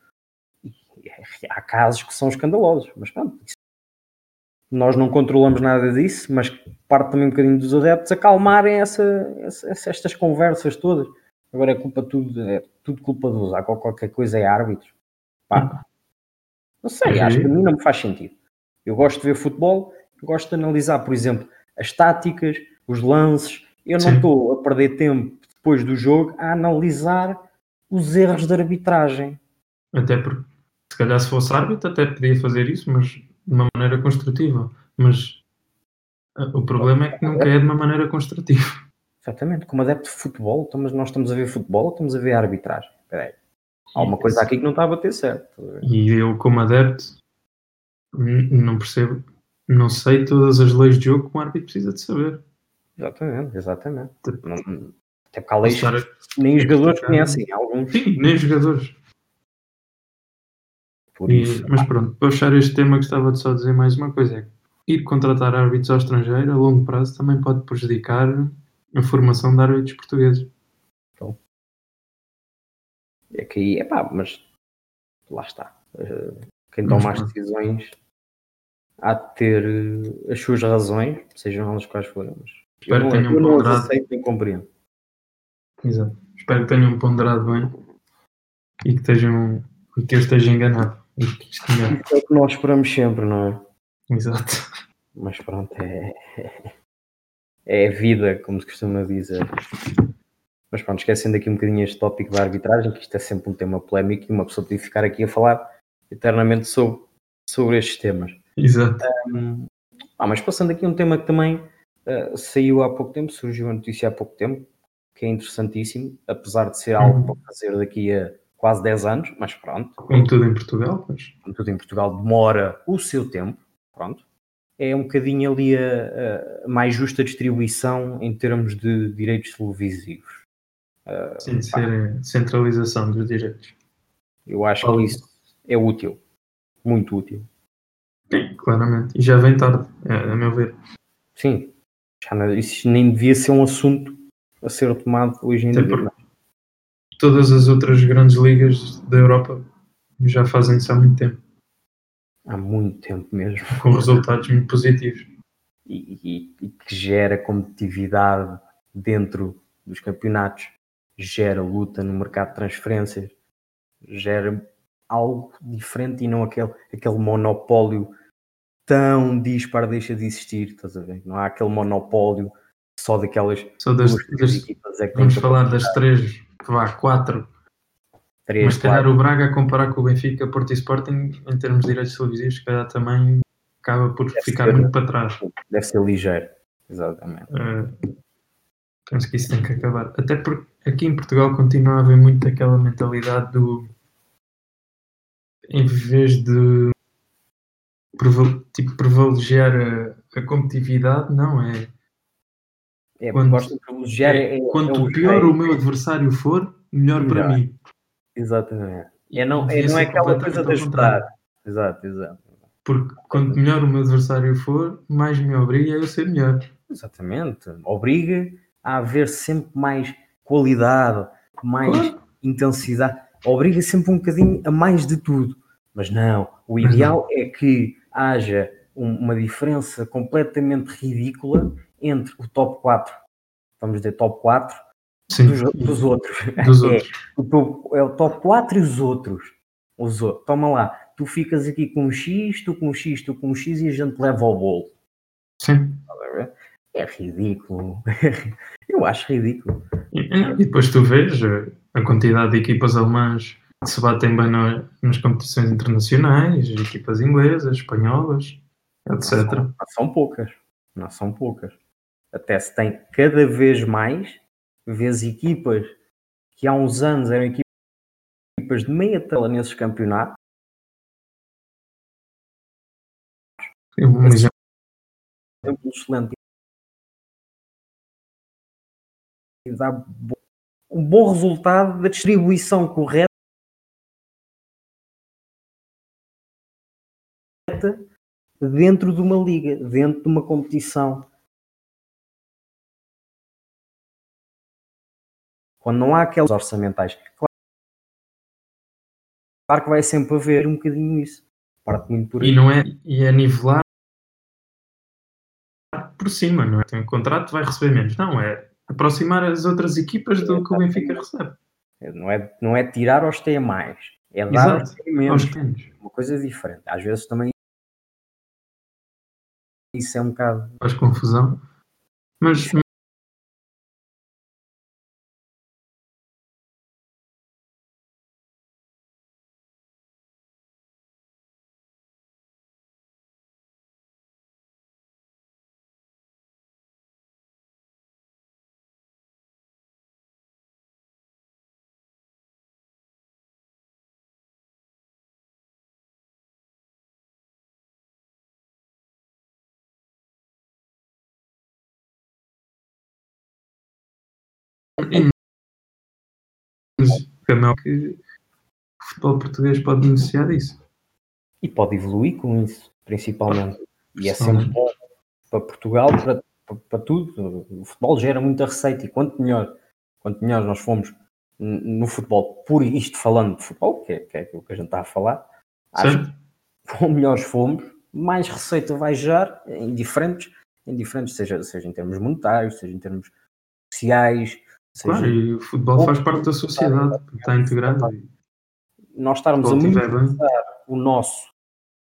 há casos que são escandalosos, mas pronto, nós não controlamos nada disso, mas parte também um bocadinho dos adeptos acalmarem essa, essa, estas conversas todas. Agora é culpa tudo, é tudo culpa de usar, qualquer coisa é árbitro. Pá, Não sei, acho que a mim não me faz sentido. Eu gosto de ver futebol, gosto de analisar, por exemplo, as táticas, os lances. Eu não estou a perder tempo depois do jogo a analisar os erros de arbitragem. Até porque, se calhar, se fosse árbitro, até podia fazer isso, mas de uma maneira construtiva. Mas uh, o problema é que nunca é de uma maneira construtiva. Exatamente. Como adepto de futebol, então, mas nós estamos a ver futebol ou estamos a ver a arbitragem? Espera aí. Há uma coisa aqui que não está a bater certo. E eu, como adepto, não percebo, não sei todas as leis de jogo que um árbitro precisa de saber. Exatamente, exatamente. Tipo, não, até porque há leis estar a- que nem os a jogadores criticar. conhecem, alguns. Sim, nem os jogadores. Por E- isso. mas pronto, para fechar este tema, gostava de só dizer mais uma coisa: é que ir contratar árbitros ao estrangeiro a longo prazo também pode prejudicar a formação de árbitros portugueses. Então, é que aí, é pá, mas lá está. Uh, quem toma Mas, as decisões há de ter uh, as suas razões, sejam elas quais forem. Mas eu espero não, que tenham eu não as ponderado. aceito nem compreendo. Exato. Espero que tenham ponderado bem e que, estejam, que eu esteja enganado. E que isto Isso engane. é o que nós esperamos sempre, não é? Exato. Mas pronto, é, é a vida, como se costuma dizer. Mas pronto, esquecendo aqui um bocadinho este tópico da arbitragem, que isto é sempre um tema polémico e uma pessoa podia ficar aqui a falar eternamente sobre, sobre estes temas. Exato. Um, ah, mas passando aqui um tema que também uh, saiu há pouco tempo, surgiu a notícia há pouco tempo, que é interessantíssimo, apesar de ser algo para fazer daqui a quase dez anos, mas pronto. Como tudo em Portugal, pois. Como tudo em Portugal demora o seu tempo, pronto. É um bocadinho ali a, a mais justa distribuição em termos de direitos televisivos. Uh, Sim, ser centralização dos direitos. Eu acho Fala. que isso é útil, muito útil. Sim, claramente. E já vem tarde, a meu ver. Sim, já não, isso nem devia ser um assunto a ser tomado hoje em Até dia. porque todas as outras grandes ligas da Europa já fazem isso há muito tempo. Há muito tempo mesmo. Com resultados muito positivos. E, e, e que gera competitividade dentro dos campeonatos, gera luta no mercado de transferências, gera algo diferente e não aquele, aquele monopólio tão dispar deixa de existir, estás a ver? Não há aquele monopólio só daquelas Só das, duas, três das, equipas é que vamos têm falar das três, que vá, quatro. três, Mas se calhar quatro. o Braga, a comparar com o Benfica, Porto e Sporting, em termos de direitos televisivos, se calhar também acaba por Deve ficar ser, muito para trás. Deve ser ligeiro, exatamente. Uh, penso que isso tem que acabar. Até porque aqui em Portugal continua a haver muito aquela mentalidade do, em vez de tipo, privilegiar a, a competitividade, não é. É, Quanto, gosto de privilegiar é, é, é, quanto os pior o reis. meu adversário for, melhor para Melhor. mim. Exatamente. E, É, não, e é, devia não é ser aquela coisa completamente de ao ajudar. contrário. Exato, exato. Porque quanto melhor o meu adversário for, mais me obriga a eu ser melhor. Exatamente. Obriga a haver sempre mais qualidade, mais Claro. intensidade. Obriga sempre um bocadinho a mais de tudo. Mas não. O Mas ideal não. é que haja um, uma diferença completamente ridícula entre o top quatro, vamos dizer top quatro, Sim, dos, dos outros. dos É, outros. o, é o top quatro e os outros. Os outros. Toma lá. Tu ficas aqui com um X, tu com um X, tu com um X e a gente leva ao bolo. Sim. É ridículo. Eu acho ridículo. E, e depois tu vês a quantidade de equipas alemãs que se batem bem no, nas competições internacionais, equipas inglesas, espanholas, etcétera. Não são, não são poucas. Não são poucas. Até se tem cada vez mais, vês equipas que há uns anos eram equipas de meia tabela nesses campeonatos. Um exemplo. Um excelente. Dá um bom resultado da distribuição correta dentro de uma liga, dentro de uma competição. Quando não há aqueles orçamentais, claro, claro que vai sempre haver um bocadinho isso. Parte muito por aí. E não é, e é nivelar por cima, não é? Tem um contrato, vai receber menos. Não, é aproximar as outras equipas do que o Benfica recebe. Não é, não é tirar ou ter mais. É dar aos Exato, segmentos, aos treinos. uma coisa diferente. Às vezes também isso é um bocado. Faz confusão. Mas, mas também que o futebol português pode beneficiar disso. E pode evoluir com isso, principalmente. E é sempre Principalmente. bom para Portugal, para, para, para tudo. O futebol gera muita receita e quanto melhor, quanto melhor nós fomos n- no futebol, por isto falando de futebol, que é, que é aquilo que a gente está a falar, acho Certo? que quanto melhores fomos, mais receita vai gerar em diferentes, em diferentes seja, seja em termos monetários, seja em termos sociais, Claro, seja e o futebol faz parte da sociedade, está integrado. E nós se o estarmos a futebol estiver bem, monetizar o nosso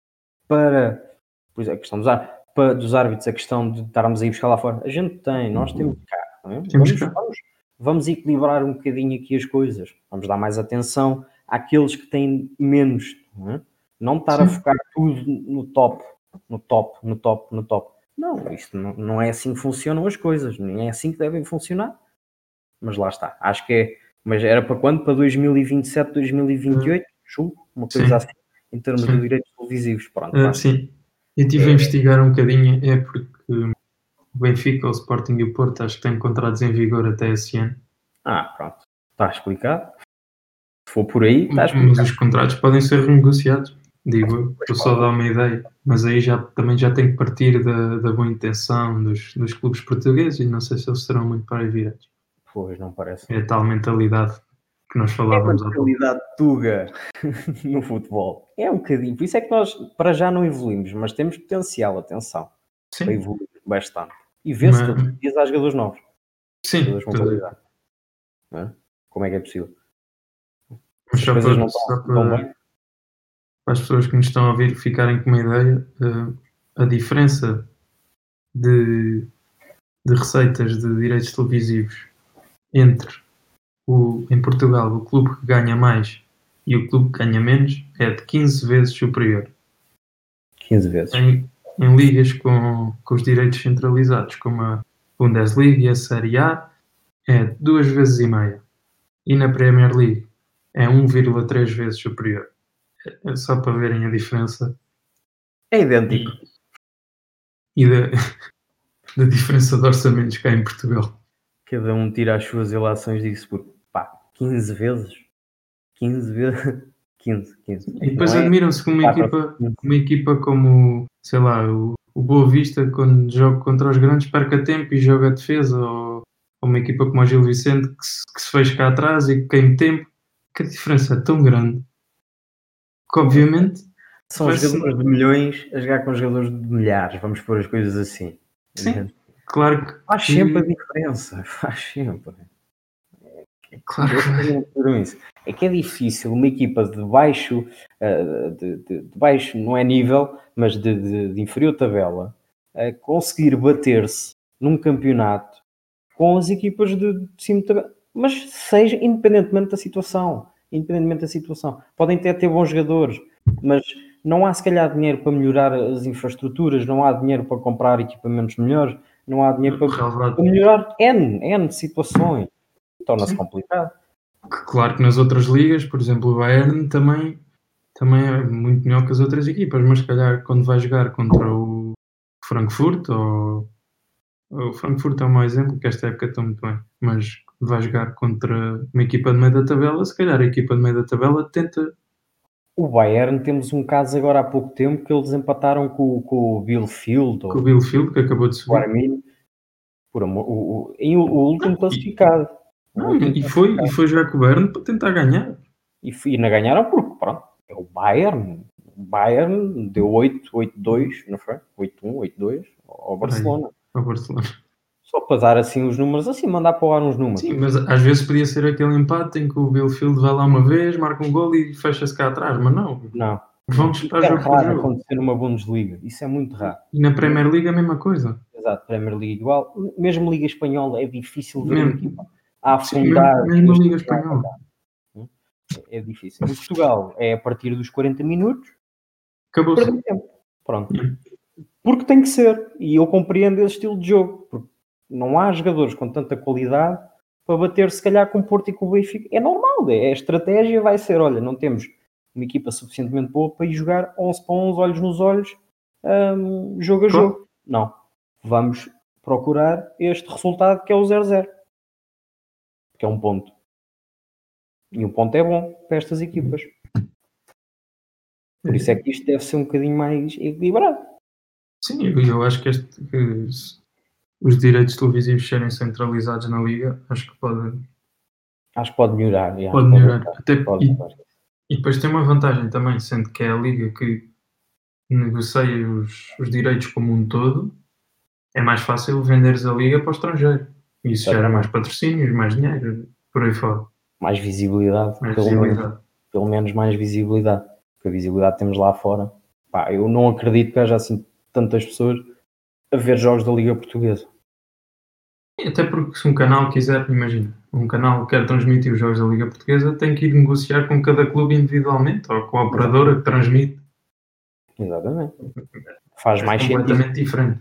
para, pois é, a questão dos, ar- para, dos árbitros, a questão de estarmos a ir buscar lá fora, a gente tem, nós temos cá, não é? temos vamos, cá. vamos, vamos equilibrar um bocadinho aqui as coisas, vamos dar mais atenção àqueles que têm menos, não é? Não estar a Sim, focar tudo no top, no top, no top, no top. Não, isto não, não é assim que funcionam as coisas, nem é assim que devem funcionar. Mas lá está, acho que é, mas era para quando? Para dois mil e vinte e sete, dois mil e vinte e oito, julgo, uma coisa sim, assim, em termos de sim. direitos televisivos, pronto, Ah, lá está. sim. Eu estive a É, investigar um bocadinho, é porque o Benfica, o Sporting e o Porto acho que têm contratos em vigor até esse ano. ah, pronto, está explicado. Se for por aí, está Mas explicado. os contratos podem ser renegociados, digo eu. Pois Estou só a pode. dar uma ideia. Mas aí já, também já tem que partir da, da boa intenção dos, dos clubes portugueses e não sei se eles serão muito para aí virados. Pois, não parece É não. a tal mentalidade que nós É uma falávamos há pouco. mentalidade tuga no futebol. É um bocadinho. Por isso é que nós, para já, não evoluímos, mas temos potencial, atenção, para Sim, evoluir bastante. E vê-se mas, todos os dias há jogadores novos, sim, jogadores com tudo. qualidade. Não é? Como é que é possível? Mas Se as só coisas para, não estão, só não estão para, bem, para as pessoas que nos estão a ouvir ficarem com uma ideia, eh, a diferença de, de receitas de direitos televisivos entre o, em Portugal o clube que ganha mais e o clube que ganha menos é de quinze vezes superior. quinze vezes. Em, em ligas com, com os direitos centralizados, como a Bundesliga e a Série A, é duas vezes e meia. E na Premier League é um vírgula três vezes superior. É só para verem a diferença É idêntico. e, e da, da diferença de orçamentos cá em Portugal. Cada um tira as suas ilações disso, porque, pá, quinze vezes. quinze vezes. quinze, quinze. E Não depois é admiram-se que uma quatro, equipa, quinze. uma equipa como, sei lá, o, o Boa Vista, quando joga contra os grandes, perca tempo e joga defesa, ou, ou uma equipa como o Gil Vicente, que se, que se fecha cá atrás e que queime tempo, que a diferença é tão grande que, obviamente, São vai-se. jogadores de milhões a jogar com jogadores de milhares, vamos pôr as coisas assim. Sim, claro Faz sempre a que. diferença, faz sempre. Claro Eles que vai. não perceberam isso. É que é difícil uma equipa de baixo, uh, de, de, de baixo não é nível, mas de, de, de inferior tabela, uh, conseguir bater-se num campeonato com as equipas de, de cima de tabela. Mas seja independentemente da situação. Independentemente da situação. Podem até ter bons jogadores, mas não há se calhar dinheiro para melhorar as infraestruturas, não há dinheiro para comprar equipamentos melhores, não há dinheiro para, para Relevado. melhorar N, N situações. Torna-se Sim. complicado. Claro que nas outras ligas, por exemplo, o Bayern também, também é muito melhor que as outras equipas, mas se calhar quando vai jogar contra o Frankfurt, ou o Frankfurt é um mau exemplo, que esta época está muito bem, mas quando vai jogar contra uma equipa de meio da tabela, se calhar a equipa de meio da tabela tenta O Bayern, temos um caso agora há pouco tempo que eles empataram com, com o Bielefeld com o ou Bielefeld, que acabou de o subir. Arminia, por amor, o, o, em o, o Não, último e, classificado. O não, último e, foi, e classificado. foi jogar com o Bayern para tentar ganhar. E, f- e ainda ganharam porque, pronto, é o Bayern. O Bayern deu oito, oito dois, não foi? oito um, oito dois ao Por aí, Barcelona. ao Barcelona. Só para dar assim os números, assim, mandar para o ar uns números. Sim, mas às vezes podia ser aquele empate em que o Billfield vai lá uma vez, marca um gol e fecha-se cá atrás, mas não. Não. Vamos Isso para é jogo por raro jogo. acontecer numa Bundesliga. Isso é muito raro. E na Premier League a mesma coisa. Exato, Premier League igual. Mesmo Liga Espanhola é difícil ver uma Mesmo, equipa a sim, mesmo, afundar. mesmo a este Liga campeonato. Espanhola. É difícil. Em Portugal é a partir dos quarenta minutos. Acabou-se. Perdeu tempo. Pronto. Hum. Porque tem que ser. E eu compreendo esse estilo de jogo. Porque não há jogadores com tanta qualidade para bater, se calhar, com o Porto e com o Benfica. É normal. É, a estratégia vai ser, olha, não temos uma equipa suficientemente boa para ir jogar onze para onze, olhos nos olhos, um, jogo a Claro. jogo. Não. Vamos procurar este resultado que é o zero zero. Que é um ponto. E um ponto é bom para estas equipas. Por isso é que isto deve ser um bocadinho mais equilibrado. Sim, eu, eu acho que, este, que os direitos televisivos serem centralizados na Liga, acho que pode, Acho que pode melhorar. Já, pode melhorar. Até, pode e, melhorar. e depois tem uma vantagem também, sendo que é a Liga que negocia os, os direitos como um todo, é mais fácil venderes a Liga para o estrangeiro. E isso gera mais patrocínios, mais dinheiro, por aí fora. Mais visibilidade, Mais pelo, visibilidade. menos, pelo menos mais visibilidade. Porque a visibilidade temos lá fora. Pá, eu não acredito que haja assim tantas pessoas a ver jogos da Liga Portuguesa. E até porque se um canal quiser, imagina, um canal quer transmitir os jogos da Liga Portuguesa, tem que ir negociar com cada clube individualmente, ou com a operadora que transmite. Exatamente. Faz É mais completamente sentido. diferente.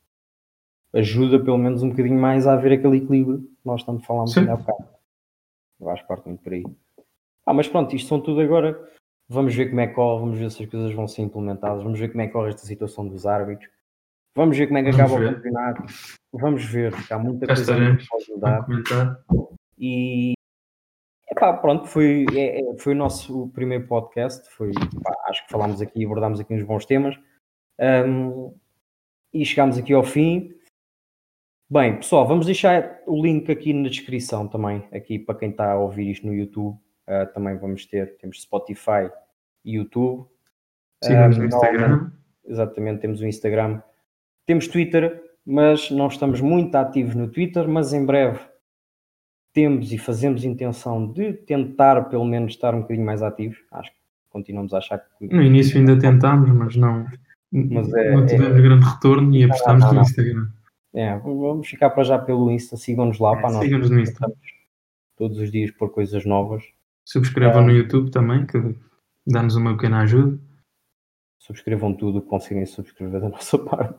Ajuda pelo menos um bocadinho mais a haver aquele equilíbrio que nós tanto falámos Sim. ainda há bocado. Eu acho que parte muito por aí. Ah, mas pronto, isto são tudo agora. Vamos ver como é que corre, vamos ver se as coisas vão ser implementadas, vamos ver como é que corre esta situação dos árbitros, vamos ver como é que Vamos acaba ver. o campeonato, vamos ver, porque há muita Cá coisa estaremos que pode a mudar. comentar. E epá, pronto, foi, é, é, foi o nosso primeiro podcast. Foi, pá, acho que falámos aqui e abordámos aqui uns bons temas. Um, e chegámos aqui ao fim. Bem, pessoal, vamos deixar o link aqui na descrição também, aqui para quem está a ouvir isto no YouTube. Uh, também vamos ter, temos Spotify e YouTube. Sigam-nos Um, no Instagram. Exatamente, temos o Instagram. Temos Twitter, mas não estamos muito ativos no Twitter, mas em breve temos e fazemos intenção de tentar pelo menos estar um bocadinho mais ativos. Acho que continuamos a achar que... No início ainda tentámos, mas não, Mas é, não tivemos é, grande retorno e apostámos não, no não. Instagram. É, vamos ficar para já pelo Insta, sigam-nos lá, É, para nós. sigam-nos no Insta. Estamos todos os dias por coisas novas. Subscrevam no YouTube também, que dá-nos uma pequena ajuda. Subscrevam tudo o que conseguirem subscrever da nossa parte.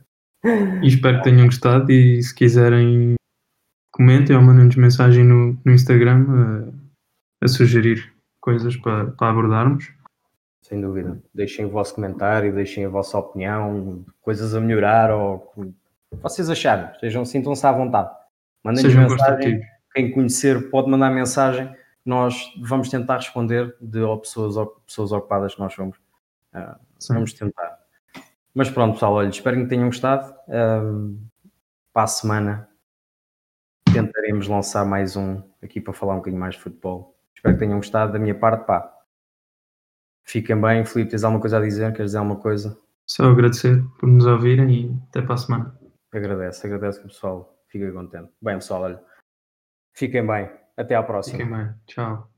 E espero que tenham gostado e se quiserem comentem ou mandem-nos mensagem no, no Instagram a, a sugerir coisas para, para abordarmos. Sem dúvida. Deixem o vosso comentário, deixem a vossa opinião, coisas a melhorar ou o que vocês acharem. Sejam, sintam-se à vontade. Mandem-nos Sejam mensagem. construtivos. Quem conhecer pode mandar mensagem. Nós vamos tentar responder de pessoas, pessoas ocupadas que nós somos. Uh, vamos tentar. Mas pronto, pessoal, olha, espero que tenham gostado. Um, para a semana tentaremos lançar mais um aqui para falar um bocadinho mais de futebol. Espero que tenham gostado. Da minha parte, pá. Fiquem bem. Filipe, tens alguma coisa a dizer? Queres dizer alguma coisa? Só agradecer por nos ouvirem e até para a semana. Agradeço, agradeço que o pessoal fique contente. Bem, pessoal, olha, fiquem bem. Até à próxima. Fiquem bem. Tchau.